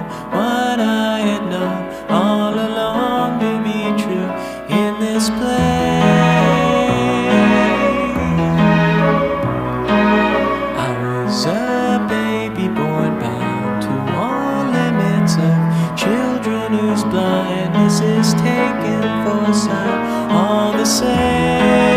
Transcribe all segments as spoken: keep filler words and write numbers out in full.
than what I had known all along to be true in this place. I was a baby born bound to all limits of children whose blindness is taken for sight, all the same.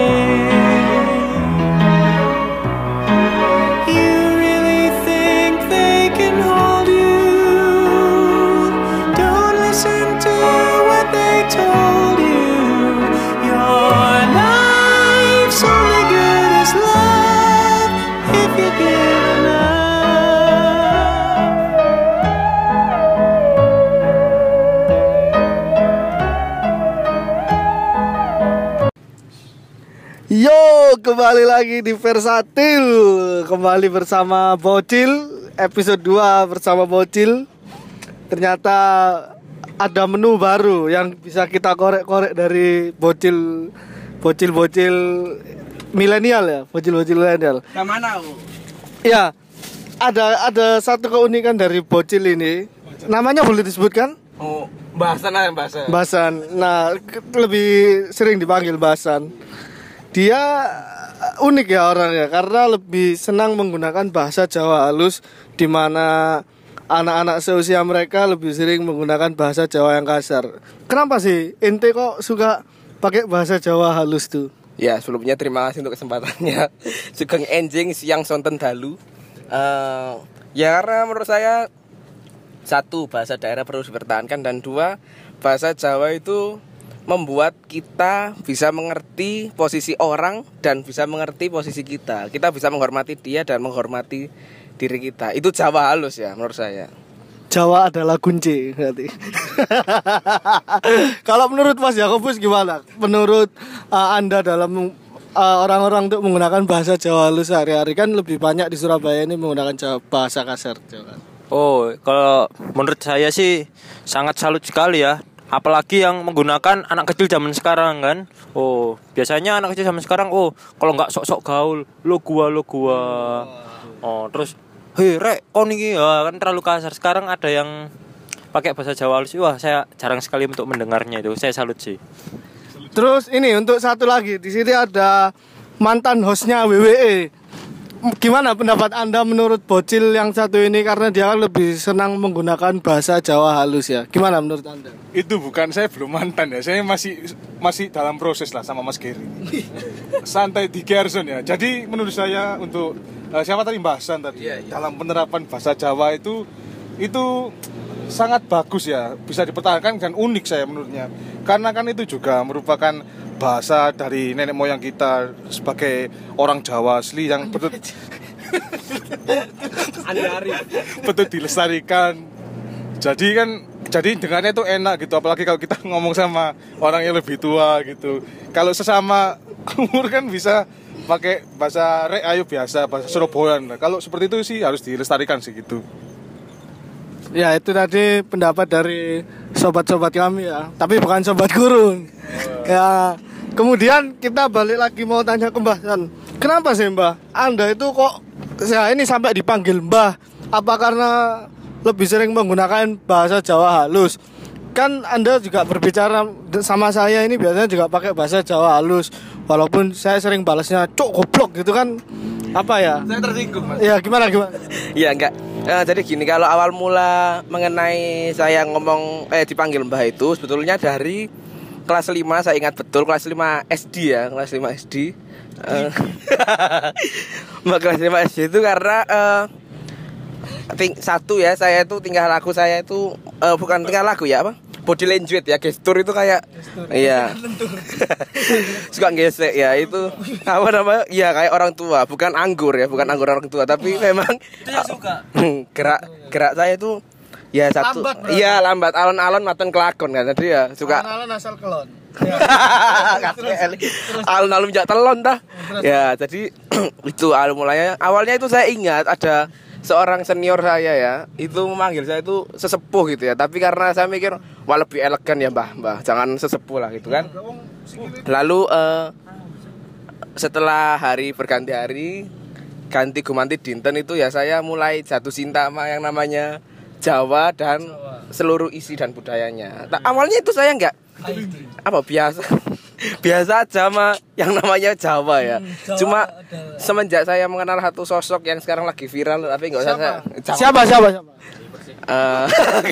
Yo, kembali lagi di Versatil. Kembali bersama Bocil, episode dua bersama Bocil. Ternyata ada menu baru yang bisa kita korek-korek dari Bocil Bocil-bocil milenial ya, Bocil-bocil milenial. Yang mana, Bu? Ya, ada ada satu keunikan dari Bocil ini. Namanya boleh disebutkan? Oh, Bahasan lah yang bahasa. Bahasan. Nah, lebih sering dipanggil Bahasan. Dia unik ya orangnya karena lebih senang menggunakan bahasa Jawa halus, di mana anak-anak seusia mereka lebih sering menggunakan bahasa Jawa yang kasar. Kenapa sih ente kok suka pakai bahasa Jawa halus tuh? Ya, sebelumnya terima kasih untuk kesempatannya. Sugeng enjing siang sonten dalu. Uh, ya karena menurut saya satu, bahasa daerah perlu dipertahankan, dan dua, bahasa Jawa itu membuat kita bisa mengerti posisi orang dan bisa mengerti posisi kita. Kita bisa menghormati dia dan menghormati diri kita. Itu Jawa halus ya menurut saya. Jawa adalah kunci berarti. Kalau menurut Mas Yakobus gimana? Menurut uh, Anda dalam uh, orang-orang untuk menggunakan bahasa Jawa halus sehari-hari, kan lebih banyak di Surabaya ini menggunakan Jawa, bahasa kasar Jawa. Oh, kalau menurut saya sih sangat salut sekali ya. Apalagi yang menggunakan anak kecil zaman sekarang kan. Oh, biasanya anak kecil zaman sekarang, oh, kalau nggak sok-sok gaul, lo gua lo gua. Oh, terus, hei rek, kau nih ya, kan terlalu kasar. Sekarang ada yang pakai bahasa Jawa halus. Wah, saya jarang sekali untuk mendengarnya itu. Saya salut sih. Terus ini untuk satu lagi, di sini ada mantan hostnya W W E. Gimana pendapat Anda menurut Bocil yang satu ini, karena dia kan lebih senang menggunakan bahasa Jawa halus ya. Gimana menurut Anda? Itu bukan, saya belum mantan ya. Saya masih masih dalam proses lah sama Mas Geri. Santai di Gerson ya. Jadi menurut saya untuk uh, siapa tadi Bahasan tadi yeah, yeah. dalam penerapan bahasa Jawa itu itu sangat bagus ya. Bisa dipertahankan dan unik saya menurutnya. Karena kan itu juga merupakan bahasa dari nenek moyang kita sebagai orang Jawa asli yang betul betul dilestarikan. Jadi kan jadi dengarnya itu enak gitu, apalagi kalau kita ngomong sama orang yang lebih tua gitu. Kalau sesama umur kan bisa pakai bahasa rek ayo biasa, bahasa Surabayaan. Kalau seperti itu sih harus dilestarikan sih gitu. Ya, itu tadi pendapat dari sobat-sobat kami ya, tapi bukan sobat gurun. Ya, kemudian kita balik lagi mau tanya ke Mbah San. Kenapa sih Mbah, Anda itu kok saya ini sampai dipanggil Mbah? Apa karena lebih sering menggunakan bahasa Jawa halus? Kan Anda juga berbicara sama saya ini biasanya juga pakai bahasa Jawa halus. Walaupun saya sering balasnya cok goblok gitu kan. Apa ya? Saya tersinggung, Mas. Ya, gimana gimana? Iya, enggak. Nah, jadi gini, kalau awal mula mengenai saya ngomong eh dipanggil Mbah itu sebetulnya dari kelas lima, saya ingat betul, kelas lima S D ya, kelas lima S D. Uh, Mbak kelas lima S D itu karena uh, ting- satu ya, saya itu tingkah laku saya itu uh, bukan tingkah laku ya, apa? Body language ya, gestur itu kayak gestur. Iya. Suka gesek ya, itu apa namanya? Iya, kayak orang tua, bukan anggur ya, bukan anggur orang tua, tapi memang Dia suka gerak gerak saya itu ya satu. Lambat, iya, lambat, alon-alon maton kelakon kan. Jadi ya suka Alon-alon asal kelon. alun-alun jak telon dah. Ya, jadi itu awal mulanya. Awalnya itu saya ingat ada seorang senior saya ya, itu memanggil saya itu sesepuh gitu ya. Tapi karena saya mikir, wah lebih elegan ya Mbah, Mbah, jangan sesepuh lah gitu kan. Lalu uh, setelah hari berganti hari, ganti gumanti dinten itu ya saya mulai jatuh cinta sama yang namanya Jawa dan seluruh isi dan budayanya. Nah, awalnya itu saya nggak apa biasa biasa aja sama yang namanya Jawa ya. Cuma semenjak saya mengenal satu sosok yang sekarang lagi viral tapi nggak usah saya. Siapa siapa siapa? Eh,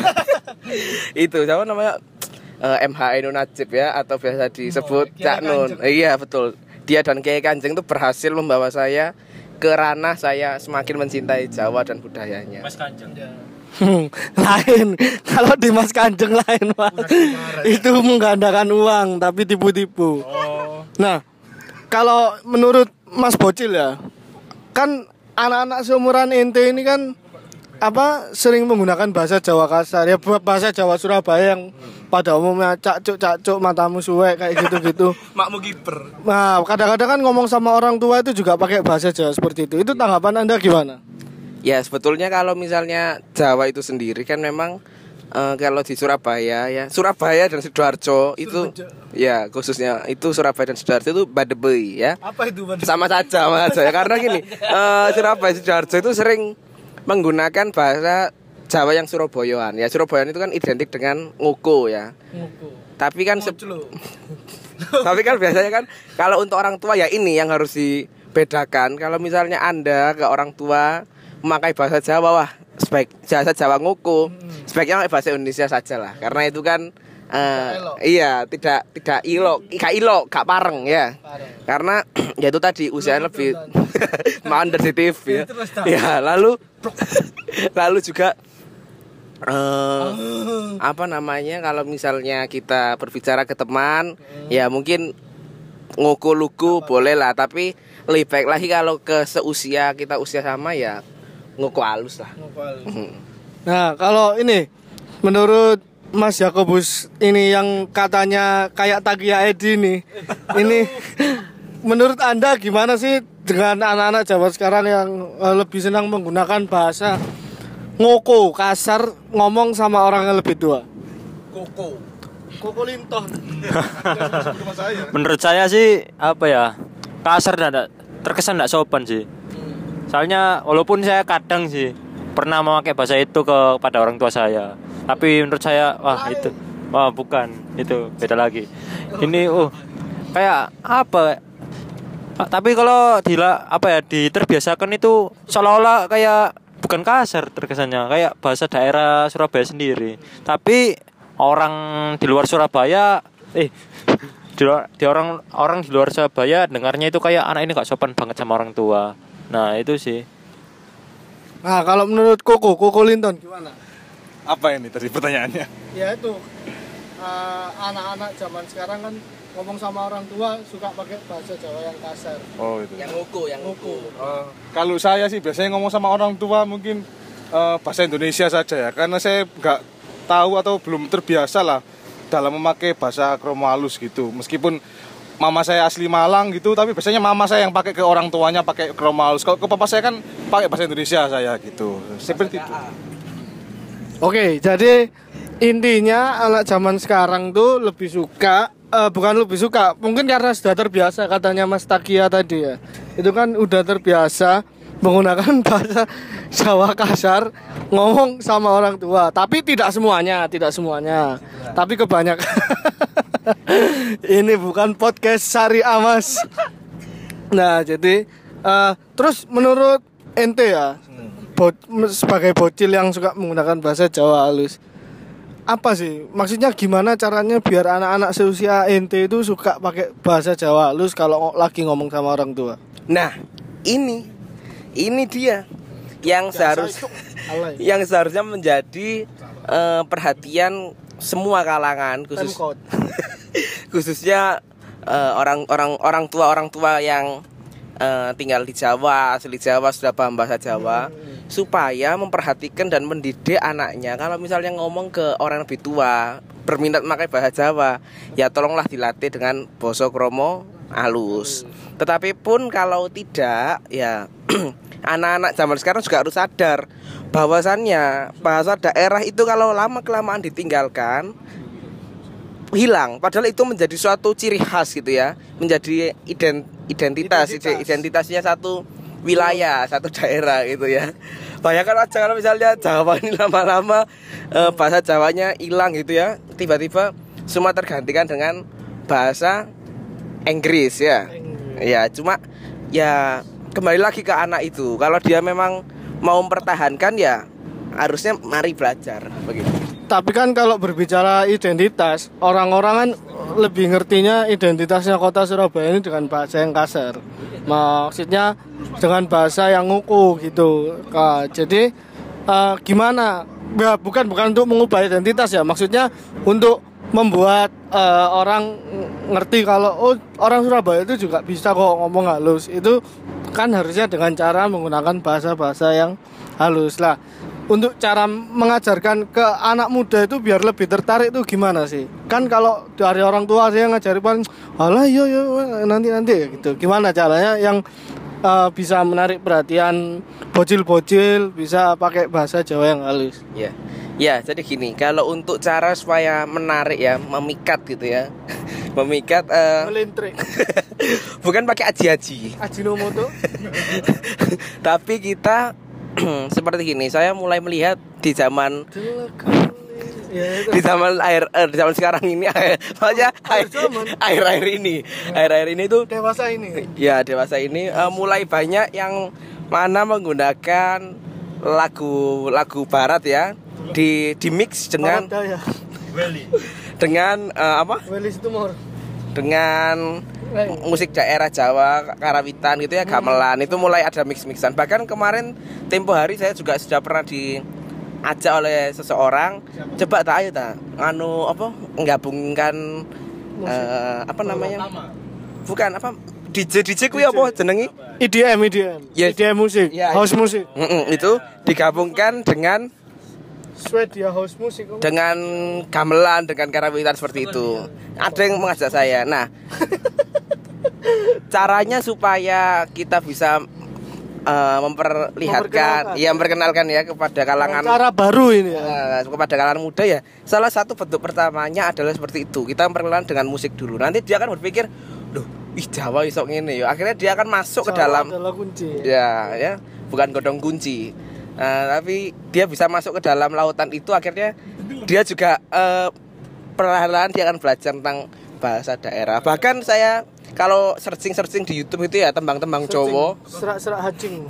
itu siapa namanya? Eh, M H Ainun Najib ya atau biasa disebut Cak Nun. Iya betul. Dia dan Kiai Kanjeng itu berhasil membawa saya ke ranah saya semakin mencintai Jawa dan budayanya. Mas Kanjeng. Hmm, lain. Kalau di Mas Kanjeng lain, Mas. Itu menggandakan uang tapi tipu-tipu. Oh. Nah, kalau menurut Mas Bocil ya, kan anak-anak seumuran ente ini kan apa sering menggunakan bahasa Jawa kasar ya, bahasa Jawa Surabaya yang pada umumnya cak-cuk cak-cuk matamu suwek kayak gitu-gitu. Makmu kiper. Nah, kadang-kadang kan ngomong sama orang tua itu juga pakai bahasa Jawa seperti itu. Itu tanggapan Anda gimana? Ya sebetulnya kalau misalnya Jawa itu sendiri kan memang uh, kalau di Surabaya ya Surabaya dan Sidoarjo itu ya khususnya itu Surabaya dan Sidoarjo itu badebei ya. Apa itu? Sama saja sama saja karena gini uh, Surabaya Sidoarjo itu sering menggunakan bahasa Jawa yang Surabayaan. Ya Surabayaan itu kan identik dengan ngoko ya. Ngoko. Tapi kan se- Tapi kan biasanya kan kalau untuk orang tua ya ini yang harus dibedakan. Kalau misalnya Anda ke orang tua memakai bahasa Jawa wah sebaik bahasa Jawa ngoko, sebaiknya pakai bahasa Indonesia saja lah. Karena itu kan uh, iya tidak tidak ilok, gak ilok, gak pareng ya. Karena ya itu tadi usianya lebih undersensitif ya. Ya lalu lalu juga uh, apa namanya kalau misalnya kita berbicara ke teman ya mungkin ngoko lugu boleh lah, tapi lebih baik lagi kalau ke seusia kita usia sama ya ngoko halus lah. Nah, kalau ini menurut Mas Yakobus ini yang katanya kayak Takia Edi nih. Ini menurut Anda gimana sih dengan anak-anak Jawa sekarang yang uh, lebih senang menggunakan bahasa ngoko, kasar, ngomong sama orang yang lebih tua? Koko. Koko linton. Menurut saya sih apa ya, kasar dan enggak, terkesan tidak sopan sih. Soalnya walaupun saya kadang sih pernah memakai bahasa itu kepada orang tua saya, tapi menurut saya wah itu wah bukan itu beda lagi. Ini oh kayak apa? Tapi kalau dila apa ya diterbiasakan itu seolah-olah kayak bukan kasar terkesannya, kayak bahasa daerah Surabaya sendiri. Tapi orang di luar Surabaya eh di, luar, di orang orang di luar Surabaya dengarnya itu kayak anak ini gak sopan banget sama orang tua. Nah itu sih. Nah kalau menurut Koko, Koko Linton gimana? Apa ini tadi pertanyaannya? Ya itu uh, anak-anak zaman sekarang kan ngomong sama orang tua suka pakai bahasa Jawa yang kasar. Oh itu. Yang ngoko, yang ngoko. Uh, kalau saya sih biasanya ngomong sama orang tua mungkin uh, bahasa Indonesia saja ya, karena saya nggak tahu atau belum terbiasa lah dalam memakai bahasa kromo halus gitu. Meskipun mama saya asli Malang gitu, tapi biasanya mama saya yang pakai ke orang tuanya pakai kromo halus. Kalau ke papa saya kan pakai bahasa Indonesia saya gitu. Seperti itu. Oke, jadi intinya anak zaman sekarang tuh lebih suka uh, bukan lebih suka, mungkin karena sudah terbiasa katanya Mas Takia tadi ya. Itu kan udah terbiasa menggunakan bahasa Jawa kasar ngomong sama orang tua, tapi tidak semuanya, tidak semuanya. Tapi kebanyakan. Ini bukan podcast syariah, Mas. Nah, jadi uh, terus menurut ente ya, bo- sebagai bocil yang suka menggunakan bahasa Jawa halus, apa sih maksudnya gimana caranya biar anak-anak seusia ente itu suka pakai bahasa Jawa halus kalau lagi ngomong sama orang tua? Nah, ini ini dia yang seharus yang seharusnya menjadi uh, perhatian semua kalangan, khusus khususnya uh, orang-orang orang tua orang tua yang uh, tinggal di Jawa, asli Jawa, sudah paham bahasa Jawa, hmm. supaya memperhatikan dan mendidik anaknya. Kalau misalnya ngomong ke orang lebih tua berminat memakai bahasa Jawa, ya tolonglah dilatih dengan basa kromo halus. Tetapi pun kalau tidak, ya anak-anak zaman sekarang juga harus sadar bahwasannya bahasa daerah itu kalau lama kelamaan ditinggalkan hilang, padahal itu menjadi suatu ciri khas gitu ya, menjadi ident, identitas, identitas identitasnya satu wilayah, satu daerah gitu ya. Bayangkan aja kalau misalnya Jawa ini lama-lama eh, bahasa Jawanya hilang gitu ya. Tiba-tiba semua tergantikan dengan bahasa Inggris ya. Ya, cuma ya kembali lagi ke anak itu. Kalau dia memang mau mempertahankan ya harusnya mari belajar begitu. Tapi kan kalau berbicara identitas, orang-orang kan lebih ngertinya identitasnya kota Surabaya ini dengan bahasa yang kasar. Maksudnya dengan bahasa yang nguku gitu. Nah, jadi uh, gimana? Ya, bukan bukan untuk mengubah identitas ya. Maksudnya untuk membuat uh, orang ngerti kalau oh orang Surabaya itu juga bisa kok ngomong halus. Itu kan harusnya dengan cara menggunakan bahasa-bahasa yang halus lah. Untuk cara mengajarkan ke anak muda itu biar lebih tertarik itu gimana sih? Kan kalau dari orang tua saya ngajari paling alah yo yo nanti-nanti gitu. Gimana caranya yang uh, bisa menarik perhatian bocil-bocil, bisa pakai bahasa Jawa yang halus? Ya. Ya, jadi gini, kalau untuk cara supaya menarik ya, memikat gitu ya. Memikat uh, Melintrik. bukan pakai aji-aji. Ajinomoto. Tapi kita seperti gini, saya mulai melihat di zaman di zaman air eh, di zaman sekarang ini maksudnya air air air ini air air ini tuh dewasa ini ya dewasa ini uh, mulai banyak yang mana menggunakan lagu lagu barat ya di di mix dengan dengan uh, apa dengan musik daerah Jawa, karawitan gitu ya, gamelan itu mulai ada mix-mixan. Bahkan kemarin tempo hari saya juga sudah pernah diajak oleh seseorang, coba tak ayo tak anu apa menggabungkan uh, apa namanya? Bukan apa D J D J kuwi apa jenengi? E D M E D M. Yes. E D M musik, ya, house musik. Mm-mm, itu digabungkan dengan Swedia house musik dengan gamelan, dengan karawitan seperti itu. Ada yang mengajak saya. Nah, caranya supaya kita bisa uh, memperlihatkan, ya memperkenalkan ya kepada kalangan cara baru ini ya. Uh, kepada kalangan muda ya. Salah satu bentuk pertamanya adalah seperti itu. Kita memperkenalkan dengan musik dulu. Nanti dia akan berpikir, "Loh, ih Jawa iso ngene ya." Akhirnya dia akan masuk Jawa ke dalam adalah kunci. Ya, ya, bukan godong kunci. Uh, tapi dia bisa masuk ke dalam lautan itu, akhirnya dia juga uh, perlahan-lahan dia akan belajar tentang bahasa daerah. Bahkan saya kalau searching-searching di YouTube itu ya tembang-tembang Jawa, serak-serak hacing.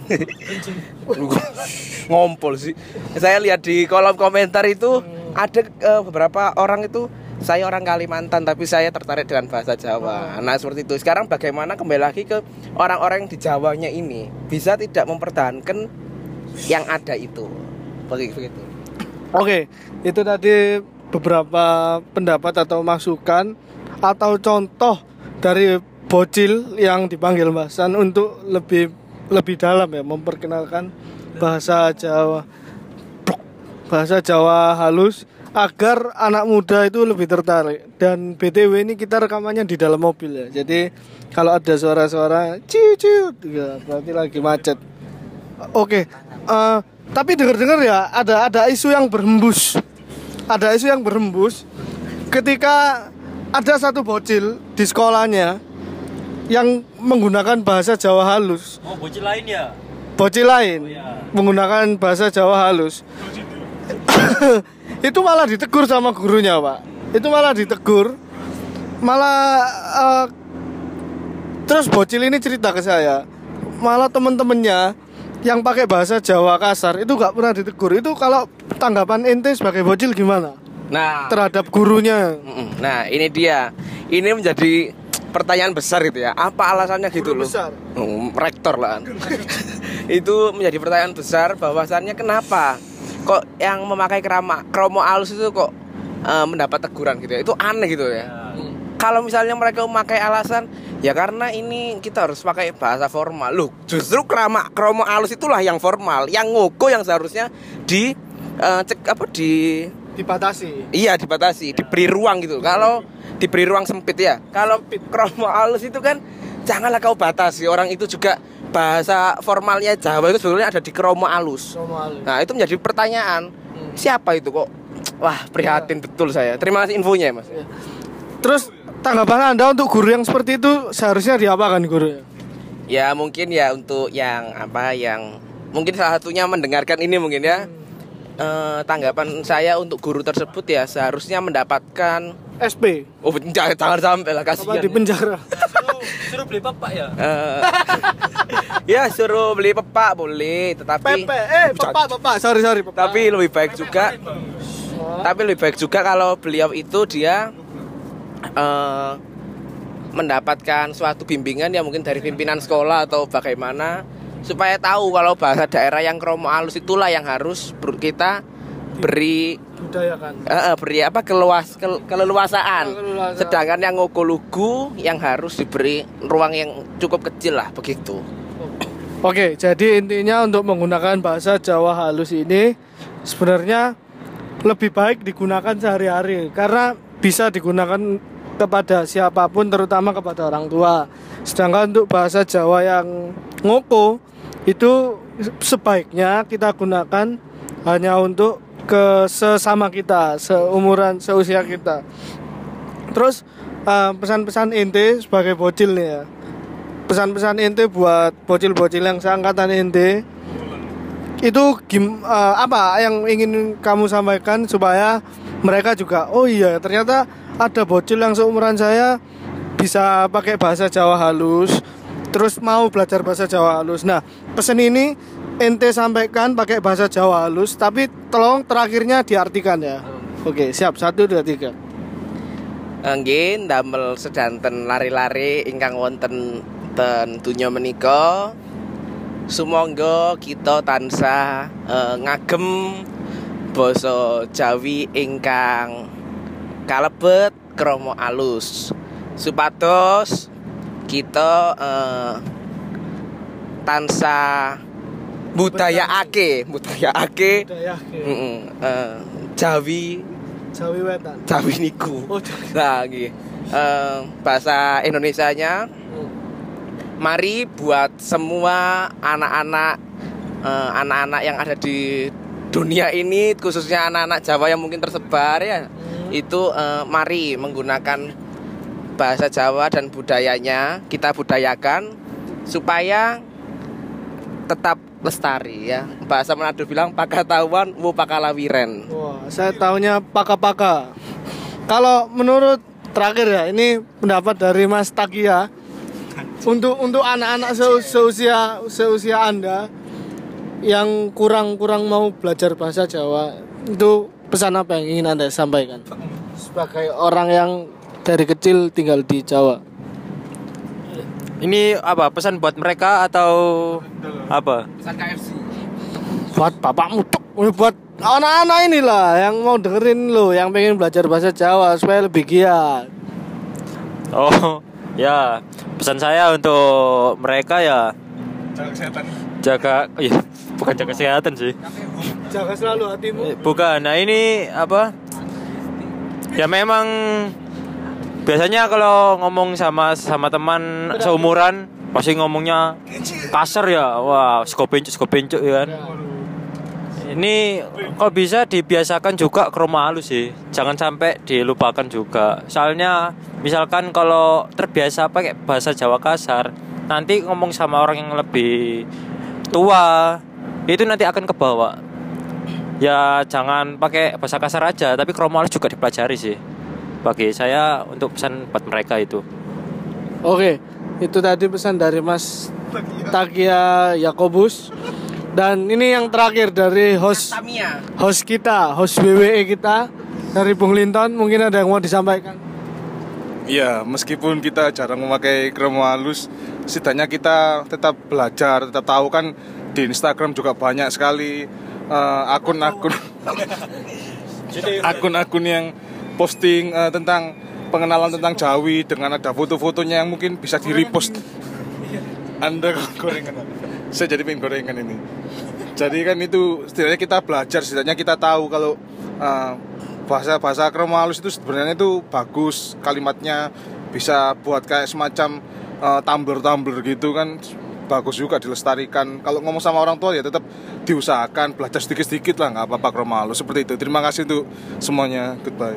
ngompol sih. Saya lihat di kolom komentar itu ada uh, beberapa orang itu, saya orang Kalimantan tapi saya tertarik dengan bahasa Jawa. Nah seperti itu. Sekarang bagaimana kembali lagi ke orang-orang di Jawanya ini bisa tidak mempertahankan yang ada itu, begitu. Oke, itu tadi beberapa pendapat atau masukan atau contoh dari bocil yang dipanggil Mbah San untuk lebih lebih dalam ya memperkenalkan bahasa Jawa, bahasa Jawa halus agar anak muda itu lebih tertarik. Dan B T W ini kita rekamannya di dalam mobil ya, jadi kalau ada suara-suara ciu ciu, ya berarti lagi macet. Oke. Uh, tapi dengar-dengar ya ada ada isu yang berhembus, ada isu yang berhembus ketika ada satu bocil di sekolahnya yang menggunakan bahasa Jawa halus. Oh, bocil lain ya? Bocil lain oh, ya. menggunakan bahasa Jawa halus. Itu malah ditegur sama gurunya, Pak. Itu malah ditegur, malah uh, terus bocil ini cerita ke saya, malah temen-temennya yang pakai bahasa Jawa kasar itu gak pernah ditegur. Itu kalau tanggapan ente sebagai bocil gimana? Nah, terhadap gurunya. Nah, ini dia. Ini menjadi pertanyaan besar gitu ya. Apa alasannya gitu Guru loh? Besar. Hmm, rektor lah. Itu menjadi pertanyaan besar bahwasannya kenapa kok yang memakai kerama kromo alus itu kok uh, mendapat teguran gitu ya. Itu aneh gitu ya. Kalau misalnya mereka memakai alasan ya karena ini kita harus pakai bahasa formal. Loh, justru krama kromo alus itulah yang formal, yang ngoko yang seharusnya di uh, cek apa di dibatasi. Iya, dibatasi, diberi ruang gitu. Kalau diberi ruang sempit ya. Kalau kromo alus itu kan janganlah kau batasi. Orang itu juga bahasa formalnya Jawa itu sebetulnya ada di kromo alus. Nah, itu menjadi pertanyaan. Hmm. Siapa itu kok? Wah, prihatin ya. Betul saya. Terima kasih infonya, Mas. Ya. Terus tanggapan Anda untuk guru yang seperti itu seharusnya diapakan guru? Ya mungkin ya untuk yang apa yang mungkin salah satunya mendengarkan ini mungkin ya. Eh, tanggapan saya untuk guru tersebut ya seharusnya mendapatkan S P. oh jangan, jangan sampai lah Apa kasihan. di penjara? Suruh, suruh beli pepak ya. Eh, ya suruh beli pepak boleh, tetapi Pepe. Eh, Bapak, Bapak. Sorry, sorry, Bapak. tapi lebih baik juga tapi lebih baik juga kalau beliau itu dia eh, mendapatkan suatu bimbingan ya mungkin dari pimpinan sekolah atau bagaimana supaya tahu kalau bahasa daerah yang kromo alus itulah yang harus ber- kita beri budayakan. eh, eh, beri apa keluas ke- keleluasaan. Keleluasaan. Sedangkan yang ngokolugu yang harus diberi ruang yang cukup kecil lah begitu. Oke, jadi intinya untuk menggunakan bahasa Jawa halus ini sebenarnya lebih baik digunakan sehari-hari karena bisa digunakan kepada siapapun terutama kepada orang tua. Sedangkan untuk bahasa Jawa yang ngoko itu sebaiknya kita gunakan hanya untuk ke sesama kita, seumuran, seusia kita. Terus uh, pesan-pesan ente sebagai bocil nih ya. Pesan-pesan ente buat bocil-bocil yang seangkatan ente itu gim, uh, apa yang ingin kamu sampaikan supaya mereka juga oh iya ternyata ada bocil yang seumuran saya bisa pakai bahasa Jawa halus terus mau belajar bahasa Jawa halus. Nah pesan ini ente sampaikan pakai bahasa Jawa halus tapi tolong terakhirnya diartikan ya. Oke siap, satu dua tiga. Nggih, damel sedanten lari-lari ingkang wonten ten donya menika. Sumangga kita tansah eh, ngagem basa Jawi ingkang kalebet krama alus. Supados kita eh, tansah budayaake, budayaake Budaya heeh eh, Jawi Jawi Wetan. Jawi niku. Oh, Jawi. Nah, nggih. Eh, bahasa Indonesianya mari buat semua anak-anak eh, anak-anak yang ada di dunia ini khususnya anak-anak Jawa yang mungkin tersebar ya. Itu eh, mari menggunakan bahasa Jawa dan budayanya kita budayakan supaya tetap lestari ya. Bahasa Manado bilang pakatahuan wu pakalawiren. Wah, saya taunya paka-paka. Kalau menurut terakhir ya, ini pendapat dari Mas Takia. Untuk untuk anak-anak seu- seusia seusia Anda yang kurang-kurang mau belajar bahasa Jawa, itu pesan apa yang ingin Anda sampaikan? Sebagai orang yang dari kecil tinggal di Jawa. Ini apa pesan buat mereka atau apa? Pesan K F C. Buat bapakmu tuh, buat anak-anak inilah yang mau dengerin lo, yang pengen belajar bahasa Jawa supaya lebih giat. Oh, ya. Pesan saya untuk mereka ya Jaga kesehatan. jaga iya, bukan jaga kesehatan sih. Jaga selalu hatimu. Eh, Bukan. Nah, ini apa? Ya memang biasanya kalau ngomong sama sama teman seumuran pasti ngomongnya kasar ya. Wah, skopencuk skopencuk ya kan. Ini kalau bisa dibiasakan juga kroma halus sih. Jangan sampai dilupakan juga. Soalnya misalkan kalau terbiasa pakai bahasa Jawa kasar, nanti ngomong sama orang yang lebih tua, itu nanti akan kebawa. Ya jangan pakai bahasa kasar aja, tapi kroma halus juga dipelajari sih. Bagi saya untuk pesan buat mereka itu. Oke, itu tadi pesan dari Mas Takia Yakobus. Dan ini yang terakhir dari host Tamia. host kita, host W W E kita dari Bung Linton. Mungkin ada yang mau disampaikan. Iya, meskipun kita jarang memakai kromo halus, setidaknya kita tetap belajar, tetap tahu kan di Instagram juga banyak sekali eh, akun-akun akun-akun yang posting eh, tentang pengenalan tentang Jawi dengan ada foto-fotonya yang mungkin bisa di-repost. Anda gorengan. Saya jadi pengen gorengan ini. Jadi kan itu setidaknya kita belajar, setidaknya kita tahu kalau uh, bahasa-bahasa kromo halus itu sebenarnya itu bagus, kalimatnya bisa buat kayak semacam uh, tumbler-tumbler gitu kan, bagus juga dilestarikan. Kalau ngomong sama orang tua ya tetap diusahakan belajar sedikit-sedikit lah, nggak apa-apa kromo halus seperti itu. Terima kasih untuk semuanya, goodbye.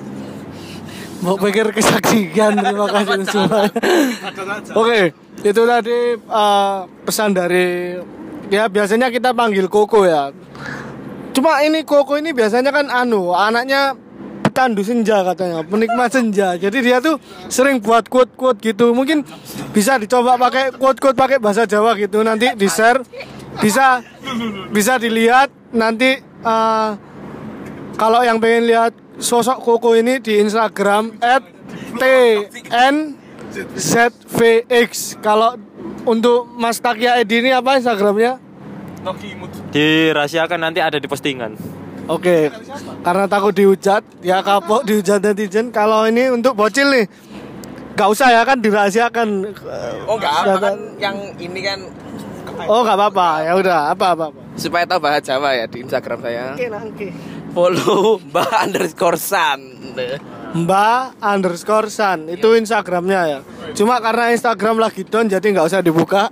Mau pikir kesaksian, terima kasih semua. Oke, itu tadi uh, pesan dari ya biasanya kita panggil Koko ya. Cuma ini Koko ini biasanya kan anu, anaknya pecandu senja katanya, penikmat senja. Jadi dia tuh sering buat quote-quote gitu. Mungkin bisa dicoba pakai quote-quote pakai bahasa Jawa gitu. Nanti di-share, bisa bisa dilihat nanti uh, kalau yang pengen lihat sosok Koko ini di Instagram at t n z v x. Kalau untuk Mas Takia Edi ini apa Instagramnya? Dirahasiakan, nanti ada di postingan. Oke, karena takut dihujat, ya kapok dihujat netizen. Kalau ini untuk bocil nih, gak usah ya kan dirahasiakan. Oh enggak apa kan yang ini kan. Oh gak apa-apa, ya udah apa apa. Supaya tahu bahasa Jawa ya di Instagram saya. Oke, oke. Follow Mbak underscore San. Mbak underscore San itu Instagramnya ya. Cuma karena Instagram lagi down jadi nggak usah dibuka.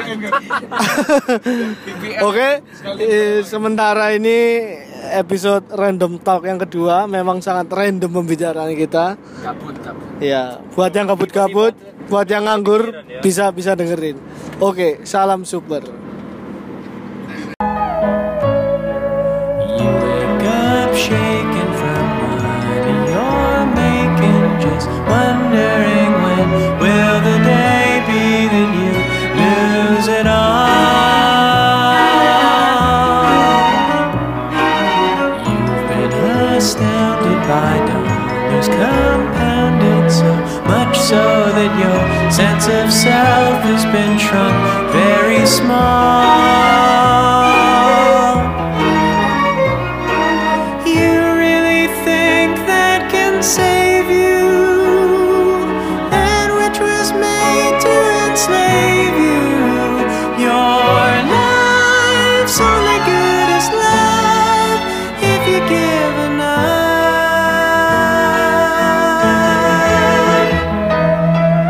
Oke, eh, sementara ini episode random talk yang kedua memang sangat random pembicaraan kita. Kabut kabut. Ya, buat yang kabut-kabut, buat yang nganggur bisa bisa dengerin. Oke, salam super. You wake up shaking from money you're making, just wondering when will the day be that you lose it all. You've been astounded by dollars compounded so much so that your sense of self has been shrunk very small. You really think that can save